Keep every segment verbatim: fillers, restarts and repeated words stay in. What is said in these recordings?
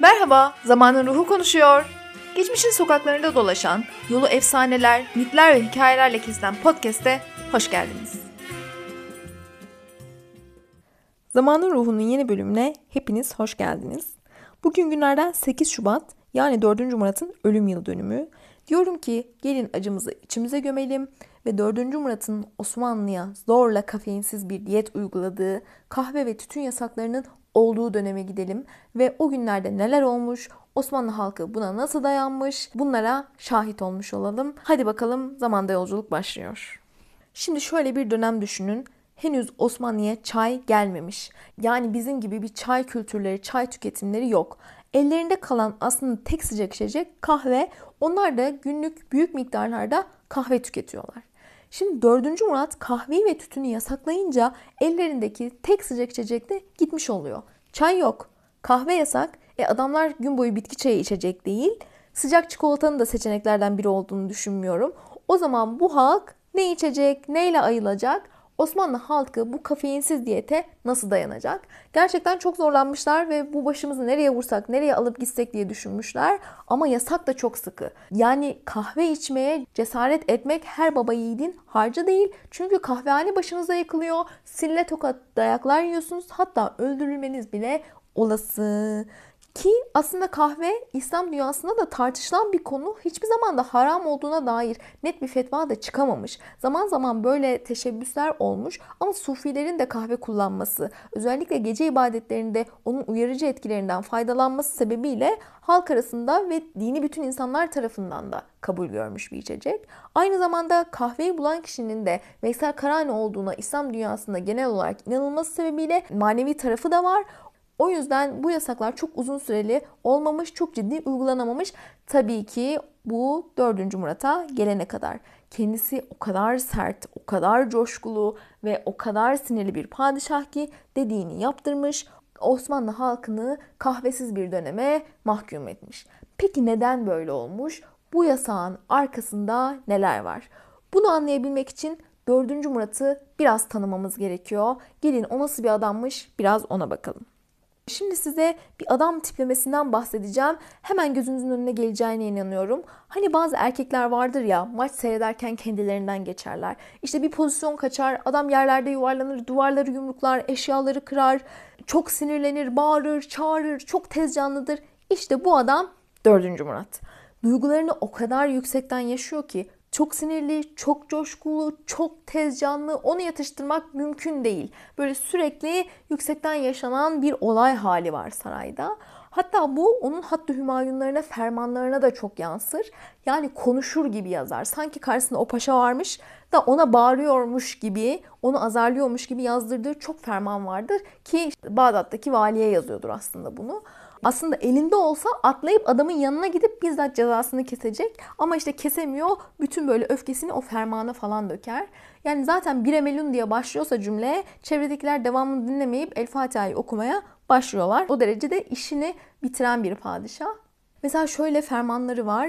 Merhaba, Zamanın Ruhu konuşuyor. Geçmişin sokaklarında dolaşan, yolu efsaneler, mitler ve hikayelerle kesilen podcast'e hoş geldiniz. Zamanın Ruhu'nun yeni bölümüne hepiniz hoş geldiniz. Bugün günlerden sekiz Şubat, yani dördüncü Murat'ın ölüm yıl dönümü. Diyorum ki gelin acımızı içimize gömelim ve dördüncü Murat'ın Osmanlı'ya zorla kafeinsiz bir diyet uyguladığı, kahve ve tütün yasaklarının olduğu döneme gidelim ve o günlerde neler olmuş, Osmanlı halkı buna nasıl dayanmış, bunlara şahit olmuş olalım. Hadi bakalım, zamanda yolculuk başlıyor. Şimdi şöyle bir dönem düşünün. Henüz Osmanlı'ya çay gelmemiş. Yani bizim gibi bir çay kültürleri, çay tüketimleri yok. Ellerinde kalan aslında tek sıcak içecek kahve. Onlar da günlük büyük miktarlarda kahve tüketiyorlar. Şimdi dördüncü Murat kahveyi ve tütünü yasaklayınca ellerindeki tek sıcak içecek de gitmiş oluyor. Çay yok, kahve yasak. E adamlar gün boyu bitki çayı içecek değil. Sıcak çikolatanın da seçeneklerden biri olduğunu düşünmüyorum. O zaman bu halk ne içecek, neyle ayılacak? Osmanlı halkı bu kafeinsiz diyete nasıl dayanacak? Gerçekten çok zorlanmışlar ve bu başımızı nereye vursak, nereye alıp gitsek diye düşünmüşler. Ama yasak da çok sıkı. Yani kahve içmeye cesaret etmek her baba yiğidin harcı değil. Çünkü kahvehane başınıza yıkılıyor. Sille tokat dayaklar yiyorsunuz. Hatta öldürülmeniz bile olası. Ki aslında kahve İslam dünyasında da tartışılan bir konu. Hiçbir zaman da haram olduğuna dair net bir fetva da çıkamamış. Zaman zaman böyle teşebbüsler olmuş ama sufilerin de kahve kullanması, özellikle gece ibadetlerinde onun uyarıcı etkilerinden faydalanması sebebiyle halk arasında ve dini bütün insanlar tarafından da kabul görmüş bir içecek. Aynı zamanda kahveyi bulan kişinin de Veysel Karani olduğuna İslam dünyasında genel olarak inanılması sebebiyle manevi tarafı da var. O yüzden bu yasaklar çok uzun süreli olmamış, çok ciddi uygulanamamış. Tabii ki bu dördüncü Murat'a gelene kadar. Kendisi o kadar sert, o kadar coşkulu ve o kadar sinirli bir padişah ki dediğini yaptırmış. Osmanlı halkını kahvesiz bir döneme mahkum etmiş. Peki neden böyle olmuş? Bu yasağın arkasında neler var? Bunu anlayabilmek için dördüncü Murat'ı biraz tanımamız gerekiyor. Gelin o nasıl bir adammış, biraz ona bakalım. Şimdi size bir adam tiplemesinden bahsedeceğim. Hemen gözünüzün önüne geleceğine inanıyorum. Hani bazı erkekler vardır ya, maç seyrederken kendilerinden geçerler. İşte bir pozisyon kaçar, adam yerlerde yuvarlanır, duvarları yumruklar, eşyaları kırar, çok sinirlenir, bağırır, çağırır, çok tez canlıdır. İşte bu adam dördüncü Murat. Duygularını o kadar yüksekten yaşıyor ki çok sinirli, çok coşkulu, çok tez canlı, onu yatıştırmak mümkün değil. Böyle sürekli yüksekten yaşanan bir olay hali var sarayda. Hatta bu onun hattı hümayunlarına, fermanlarına da çok yansır. Yani konuşur gibi yazar. Sanki karşısında o paşa varmış da ona bağırıyormuş gibi, onu azarlıyormuş gibi yazdırdığı çok ferman vardır. Ki işte Bağdat'taki valiye yazıyordur aslında bunu. Aslında elinde olsa atlayıp adamın yanına gidip bizzat cezasını kesecek. Ama işte kesemiyor. Bütün böyle öfkesini o fermana falan döker. Yani zaten bir emelun diye başlıyorsa cümle, çevredekiler devamını dinlemeyip El Fatiha'yı okumaya başlıyorlar. O derecede işini bitiren bir padişah. Mesela şöyle fermanları var.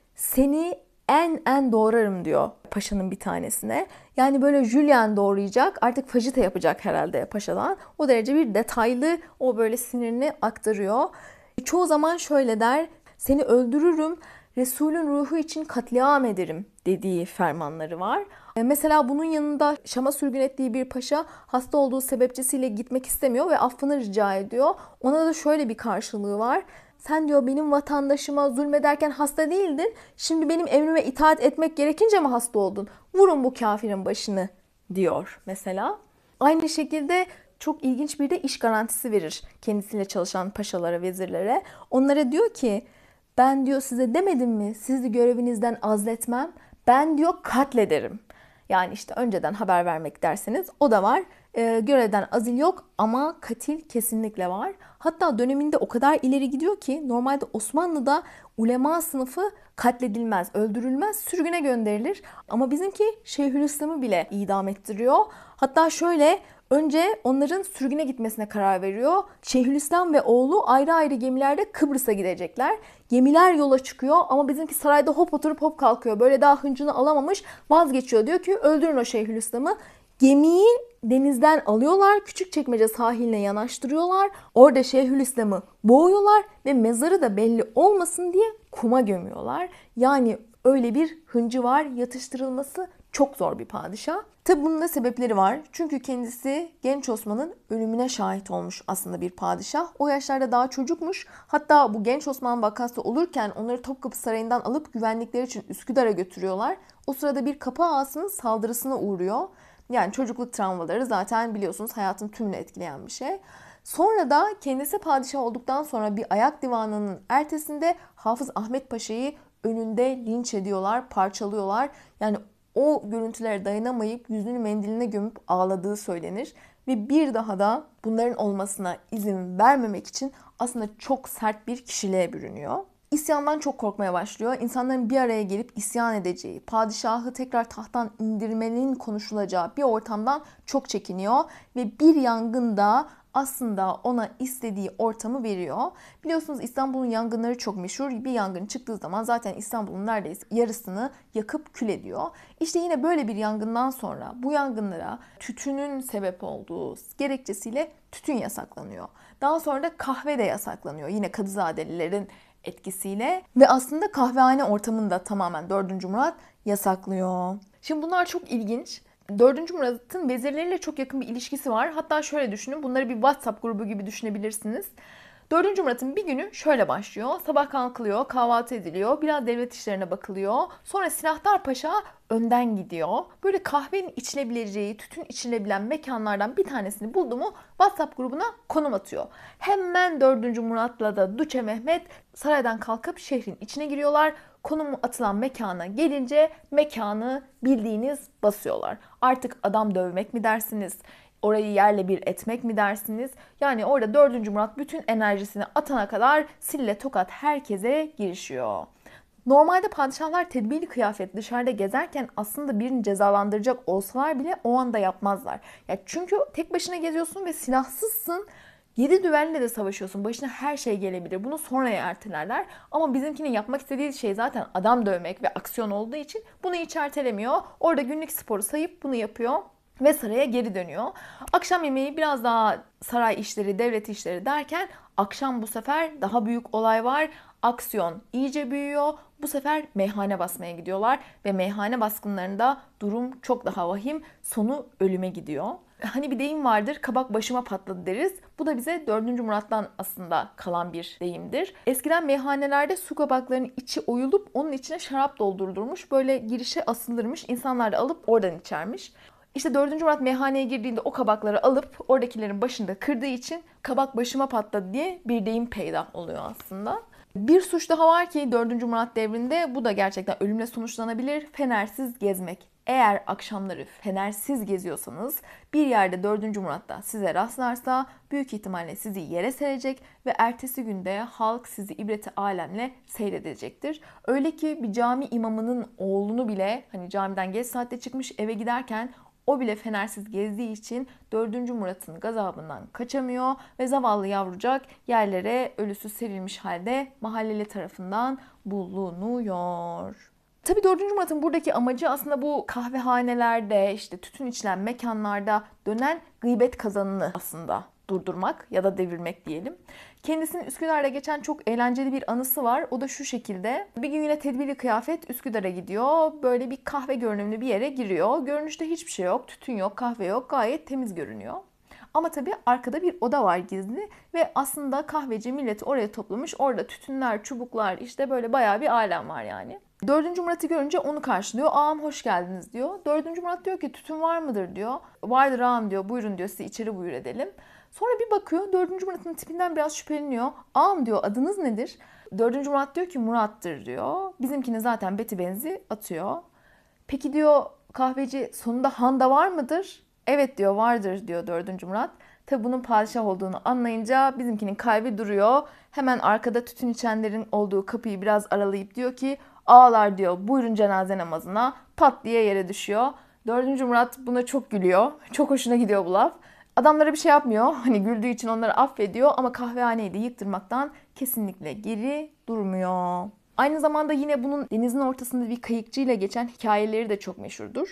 Seni en en doğrarım diyor paşanın bir tanesine. Yani böyle jülyen doğrayacak, artık fajita yapacak herhalde paşadan. O derece bir detaylı o böyle sinirini aktarıyor. Çoğu zaman şöyle der, seni öldürürüm, Resulün ruhu için katliam ederim dediği fermanları var. Mesela bunun yanında Şam'a sürgün ettiği bir paşa hasta olduğu sebepçesiyle gitmek istemiyor ve affını rica ediyor. Ona da şöyle bir karşılığı var. Sen diyor benim vatandaşıma zulmederken hasta değildin. Şimdi benim emrime itaat etmek gerekince mi hasta oldun? Vurun bu kafirin başını diyor mesela. Aynı şekilde çok ilginç bir de iş garantisi verir kendisiyle çalışan paşalara, vezirlere. Onlara diyor ki ben diyor size demedim mi sizi görevinizden azletmem. Ben diyor katlederim. Yani işte önceden haber vermek derseniz o da var. E, görevden azil yok ama katil kesinlikle var. Hatta döneminde o kadar ileri gidiyor ki normalde Osmanlı'da ulema sınıfı katledilmez, öldürülmez, sürgüne gönderilir. Ama bizimki Şeyhülislam'ı bile idam ettiriyor. Hatta şöyle önce onların sürgüne gitmesine karar veriyor. Şeyhülislam ve oğlu ayrı ayrı gemilerde Kıbrıs'a gidecekler. Gemiler yola çıkıyor ama bizimki sarayda hop oturup hop kalkıyor. Böyle daha hıncını alamamış, vazgeçiyor. Diyor ki öldürün o Şeyhülislam'ı. Gemiyi denizden alıyorlar, Küçükçekmece sahiline yanaştırıyorlar. Orada Şeyhülislam'ı boğuyorlar ve mezarı da belli olmasın diye kuma gömüyorlar. Yani öyle bir hıncı var, yatıştırılması çok zor bir padişah. Tabi bunun da sebepleri var. Çünkü kendisi Genç Osman'ın ölümüne şahit olmuş aslında bir padişah. O yaşlarda daha çocukmuş. Hatta bu Genç Osman vakası olurken onları Topkapı Sarayı'ndan alıp güvenlikleri için Üsküdar'a götürüyorlar. O sırada bir kapı ağasının saldırısına uğruyor. Yani çocukluk travmaları zaten biliyorsunuz hayatın tümünü etkileyen bir şey. Sonra da kendisi padişah olduktan sonra bir ayak divanının ertesinde Hafız Ahmet Paşa'yı önünde linç ediyorlar, parçalıyorlar. Yani o görüntülere dayanamayıp yüzünü mendiline gömüp ağladığı söylenir. Ve bir daha da bunların olmasına izin vermemek için aslında çok sert bir kişiliğe bürünüyor. İsyandan çok korkmaya başlıyor. İnsanların bir araya gelip isyan edeceği, padişahı tekrar tahttan indirmenin konuşulacağı bir ortamdan çok çekiniyor. Ve bir yangın da aslında ona istediği ortamı veriyor. Biliyorsunuz İstanbul'un yangınları çok meşhur. Bir yangın çıktığı zaman zaten İstanbul'un neredeyse yarısını yakıp kül ediyor. İşte yine böyle bir yangından sonra bu yangınlara tütünün sebep olduğu gerekçesiyle tütün yasaklanıyor. Daha sonra da kahve de yasaklanıyor. Yine Kadızadelilerin etkisiyle ve aslında kahvehane ortamını da tamamen dördüncü Murat yasaklıyor. Şimdi bunlar çok ilginç. dördüncü Murat'ın vezirleriyle çok yakın bir ilişkisi var. Hatta şöyle düşünün, bunları bir WhatsApp grubu gibi düşünebilirsiniz. dördüncü Murat'ın bir günü şöyle başlıyor. Sabah kalkılıyor, kahvaltı ediliyor, biraz devlet işlerine bakılıyor. Sonra Silahtar Paşa önden gidiyor. Böyle kahvenin içilebileceği, tütün içilebilen mekanlardan bir tanesini buldu mu WhatsApp grubuna konum atıyor. Hemen dördüncü Murat'la da Duçe Mehmet saraydan kalkıp şehrin içine giriyorlar. Konumu atılan mekana gelince mekanı bildiğiniz basıyorlar. Artık adam dövmek mi dersiniz? Orayı yerle bir etmek mi dersiniz? Yani orada dördüncü Murat bütün enerjisini atana kadar sille tokat herkese girişiyor. Normalde padişahlar tedbirli kıyafet dışarıda gezerken aslında birini cezalandıracak olsalar bile o anda yapmazlar. Ya çünkü tek başına geziyorsun ve silahsızsın. Yedi düvenle de savaşıyorsun. Başına her şey gelebilir. Bunu sonraya ertelerler. Ama bizimkinin yapmak istediği şey zaten adam dövmek ve aksiyon olduğu için bunu hiç ertelemiyor. Orada günlük sporu sayıp bunu yapıyor ve saraya geri dönüyor. Akşam yemeği biraz daha saray işleri, devlet işleri derken akşam bu sefer daha büyük olay var. Aksiyon iyice büyüyor. Bu sefer meyhane basmaya gidiyorlar ve meyhane baskınlarında durum çok daha vahim. Sonu ölüme gidiyor. Hani bir deyim vardır, kabak başıma patladı deriz. Bu da bize dördüncü Murat'tan aslında kalan bir deyimdir. Eskiden meyhanelerde su kabaklarının içi oyulup onun içine şarap doldurulmuş. Böyle girişe asılırmış. İnsanlar da alıp oradan içermiş. İşte dördüncü Murat meyhaneye girdiğinde o kabakları alıp oradakilerin başında kırdığı için kabak başıma patladı diye bir deyim peydah oluyor aslında. Bir suç daha var ki dördüncü Murat devrinde bu da gerçekten ölümle sonuçlanabilir. Fenersiz gezmek. Eğer akşamları fenersiz geziyorsanız bir yerde dördüncü Murat'ta size rastlarsa büyük ihtimalle sizi yere serecek ve ertesi günde halk sizi ibreti alemle seyredecektir. Öyle ki bir cami imamının oğlunu bile hani camiden geç saatte çıkmış eve giderken o bile fenersiz gezdiği için dördüncü Murat'ın gazabından kaçamıyor ve zavallı yavrucak yerlere ölüsü serilmiş halde mahalleli tarafından bulunuyor. Tabii dördüncü Murat'ın buradaki amacı aslında bu kahvehanelerde, işte tütün içilen mekanlarda dönen gıybet kazanını aslında durdurmak ya da devirmek diyelim. Kendisinin Üsküdar'da geçen çok eğlenceli bir anısı var. O da şu şekilde. Bir gün yine tedbirli kıyafet Üsküdar'a gidiyor. Böyle bir kahve görünümlü bir yere giriyor. Görünüşte hiçbir şey yok. Tütün yok, kahve yok. Gayet temiz görünüyor. Ama tabii arkada bir oda var gizli ve aslında kahveci milleti oraya toplamış. Orada tütünler, çubuklar, işte böyle bayağı bir alem var yani. Dördüncü Murat'ı görünce onu karşılıyor. Ağam hoş geldiniz diyor. Dördüncü Murat diyor ki tütün var mıdır diyor. Vardır ağam diyor. Buyurun diyor, sizi içeri buyur edelim. Sonra bir bakıyor dördüncü Murat'ın tipinden biraz şüpheleniyor. Ağam diyor, adınız nedir? Dördüncü Murat diyor ki Murat'tır diyor. Bizimkini zaten beti benzi atıyor. Peki diyor kahveci, sonunda Handa var mıdır? Evet diyor, vardır diyor dördüncü Murat. Tabi bunun padişah olduğunu anlayınca bizimkinin kalbi duruyor. Hemen arkada tütün içenlerin olduğu kapıyı biraz aralayıp diyor ki ağalar diyor buyurun cenaze namazına, pat diye yere düşüyor. Dördüncü Murat buna çok gülüyor. Çok hoşuna gidiyor bu laf. Adamlara bir şey yapmıyor. Hani güldüğü için onları affediyor ama kahvehaneyi de yıktırmaktan kesinlikle geri durmuyor. Aynı zamanda yine bunun denizin ortasında bir kayıkçıyla geçen hikayeleri de çok meşhurdur.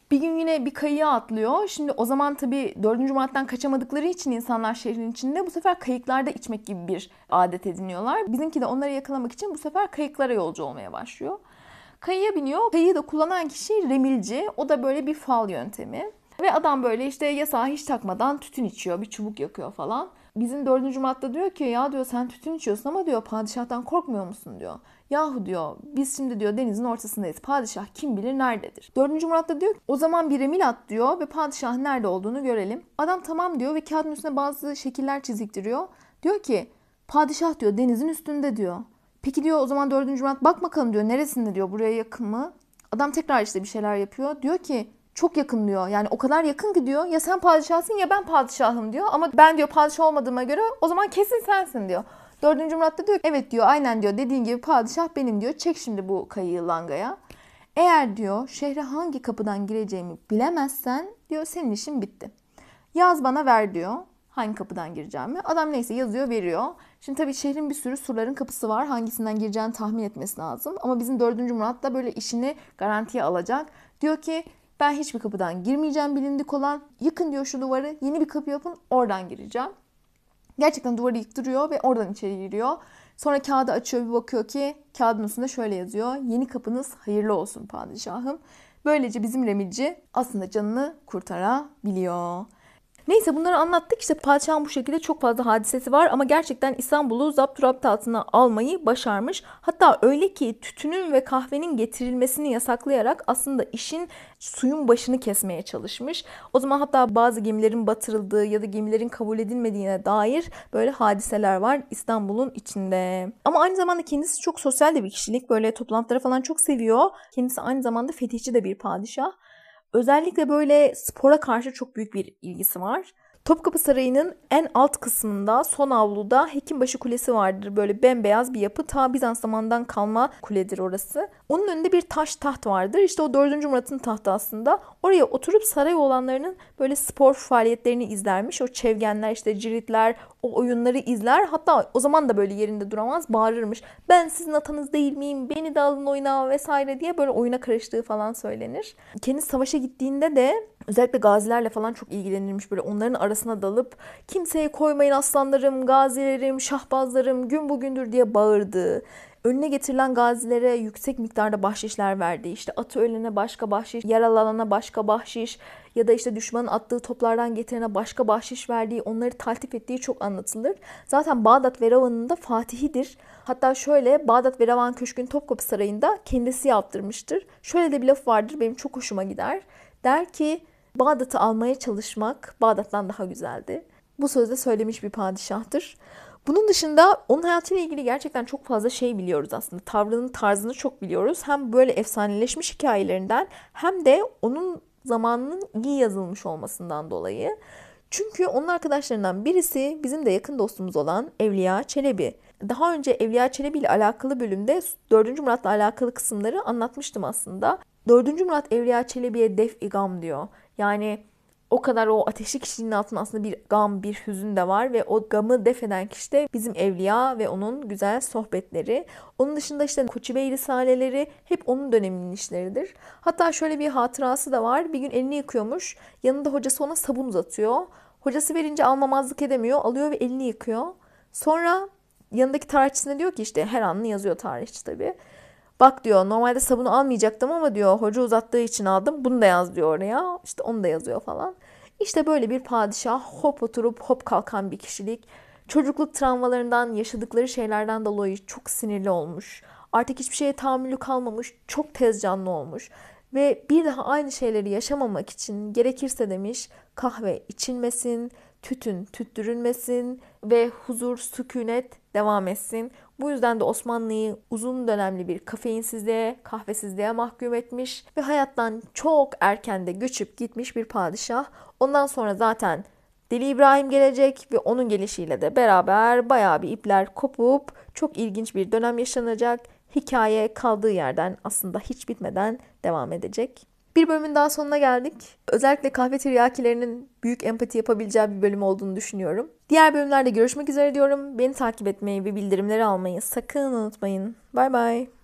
Bir gün yine bir kayığa atlıyor. Şimdi o zaman tabii dördüncü Murat'tan kaçamadıkları için insanlar şehrin içinde bu sefer kayıklarda içmek gibi bir adet ediniyorlar. Bizimki de onları yakalamak için bu sefer kayıklara yolcu olmaya başlıyor. Kayığa biniyor. Kayığı da kullanan kişi Remilci. O da böyle bir fal yöntemi. Ve adam böyle işte yasağı hiç takmadan tütün içiyor. Bir çubuk yakıyor falan. Bizim dördüncü Murat diyor ki ya diyor sen tütün içiyorsun ama diyor padişahtan korkmuyor musun diyor. Yahu diyor biz şimdi diyor denizin ortasındayız. Padişah kim bilir nerededir. Dördüncü Murat da diyor ki o zaman bir remil at diyor ve padişahın nerede olduğunu görelim. Adam tamam diyor ve kağıdın üstüne bazı şekiller çiziktiriyor. Diyor ki padişah diyor denizin üstünde diyor. Peki diyor o zaman dördüncü Murat bak bakalım diyor neresinde diyor buraya yakın mı? Adam tekrar işte bir şeyler yapıyor. Diyor ki çok yakın diyor. Yani o kadar yakın ki diyor. Ya sen padişahsın ya ben padişahım diyor. Ama ben diyor padişah olmadığıma göre o zaman kesin sensin diyor. Dördüncü Murat da diyor ki evet diyor aynen diyor dediğin gibi padişah benim diyor. Çek şimdi bu kayığı langaya. Eğer diyor şehre hangi kapıdan gireceğimi bilemezsen diyor senin işin bitti. Yaz bana ver diyor. Hangi kapıdan gireceğimi. Adam neyse yazıyor veriyor. Şimdi tabii şehrin bir sürü surların kapısı var. Hangisinden gireceğini tahmin etmesi lazım. Ama bizim dördüncü Murat da böyle işini garantiye alacak. Diyor ki ben hiçbir kapıdan girmeyeceğim bilindik olan. Yıkın diyor şu duvarı. Yeni bir kapı yapın oradan gireceğim. Gerçekten duvarı yıktırıyor ve oradan içeri giriyor. Sonra kağıdı açıyor bir bakıyor ki kağıdın üstünde şöyle yazıyor. Yeni kapınız hayırlı olsun padişahım. Böylece bizim Remilci aslında canını kurtarabiliyor. Neyse bunları anlattık. İşte padişahın bu şekilde çok fazla hadisesi var ama gerçekten İstanbul'u zapturapt altına almayı başarmış. Hatta öyle ki tütünün ve kahvenin getirilmesini yasaklayarak aslında işin suyun başını kesmeye çalışmış. O zaman hatta bazı gemilerin batırıldığı ya da gemilerin kabul edilmediğine dair böyle hadiseler var İstanbul'un içinde. Ama aynı zamanda kendisi çok sosyal de bir kişilik. Böyle toplantıları falan çok seviyor. Kendisi aynı zamanda fetihçi de bir padişah. Özellikle böyle spora karşı çok büyük bir ilgisi var. Topkapı Sarayı'nın en alt kısmında son avluda Hekimbaşı Kulesi vardır. Böyle bembeyaz bir yapı. Ta Bizans zamanından kalma kuledir orası. Onun önünde bir taş taht vardır. İşte o dördüncü Murat'ın tahtı aslında. Oraya oturup saray oğlanlarının böyle spor faaliyetlerini izlermiş. O çevgenler işte ciritler o oyunları izler. Hatta o zaman da böyle yerinde duramaz bağırırmış. Ben sizin atanız değil miyim? Beni de alın oyuna vesaire diye böyle oyuna karıştığı falan söylenir. Kendisi savaşa gittiğinde de özellikle gazilerle falan çok ilgilenirmiş. Böyle onların arasına dalıp kimseye koymayın aslanlarım, gazilerim, şahbazlarım gün bugündür diye bağırdı. Önüne getirilen gazilere yüksek miktarda bahşişler verdi. İşte atı ölene başka bahşiş, yaralanana başka bahşiş ya da işte düşmanın attığı toplardan getirene başka bahşiş verdiği, onları taltif ettiği çok anlatılır. Zaten Bağdat Verava'nın da fatihidir. Hatta şöyle Bağdat Veravan Köşkü'nün Topkapı Sarayı'nda kendisi yaptırmıştır. Şöyle de bir laf vardır benim çok hoşuma gider. Der ki Bağdat'ı almaya çalışmak Bağdat'tan daha güzeldi. Bu sözde söylemiş bir padişahtır. Bunun dışında onun hayatıyla ilgili gerçekten çok fazla şey biliyoruz aslında. Tavrının tarzını çok biliyoruz. Hem böyle efsaneleşmiş hikayelerinden hem de onun zamanının iyi yazılmış olmasından dolayı. Çünkü onun arkadaşlarından birisi bizim de yakın dostumuz olan Evliya Çelebi. Daha önce Evliya Çelebi ile alakalı bölümde dördüncü Murat'la alakalı kısımları anlatmıştım aslında. dördüncü Murat Evliya Çelebi'ye def-i gam diyor. Yani o kadar o ateşli kişiliğin altında aslında bir gam, bir hüzün de var ve o gamı def eden kişi de bizim Evliya ve onun güzel sohbetleri. Onun dışında işte Koçibey Risaleleri hep onun döneminin işleridir. Hatta şöyle bir hatırası da var. Bir gün elini yıkıyormuş. Yanında hocası ona sabun uzatıyor. Hocası verince almamazlık edemiyor. Alıyor ve elini yıkıyor. Sonra yanındaki tarihçisine diyor ki işte her anını yazıyor tarihçi tabii. Bak diyor normalde sabunu almayacaktım ama diyor hoca uzattığı için aldım. Bunu da yaz diyor oraya. İşte onu da yazıyor falan. İşte böyle bir padişah hop oturup hop kalkan bir kişilik. Çocukluk travmalarından yaşadıkları şeylerden dolayı çok sinirli olmuş. Artık hiçbir şeye tahammülü kalmamış. Çok tez canlı olmuş. Ve bir daha aynı şeyleri yaşamamak için gerekirse demiş kahve içilmesin, tütün tüttürülmesin ve huzur, sükunet devam etsin. Bu yüzden de Osmanlı'yı uzun dönemli bir kafeinsizliğe, kahvesizliğe mahkum etmiş ve hayattan çok erken de göçüp gitmiş bir padişah. Ondan sonra zaten Deli İbrahim gelecek ve onun gelişiyle de beraber bayağı bir ipler kopup çok ilginç bir dönem yaşanacak. Hikaye kaldığı yerden aslında hiç bitmeden devam edecek. Bir bölümün daha sonuna geldik. Özellikle kahve tiryakilerinin büyük empati yapabileceği bir bölüm olduğunu düşünüyorum. Diğer bölümlerde görüşmek üzere diyorum. Beni takip etmeyi ve bildirimleri almayı sakın unutmayın. Bay bay.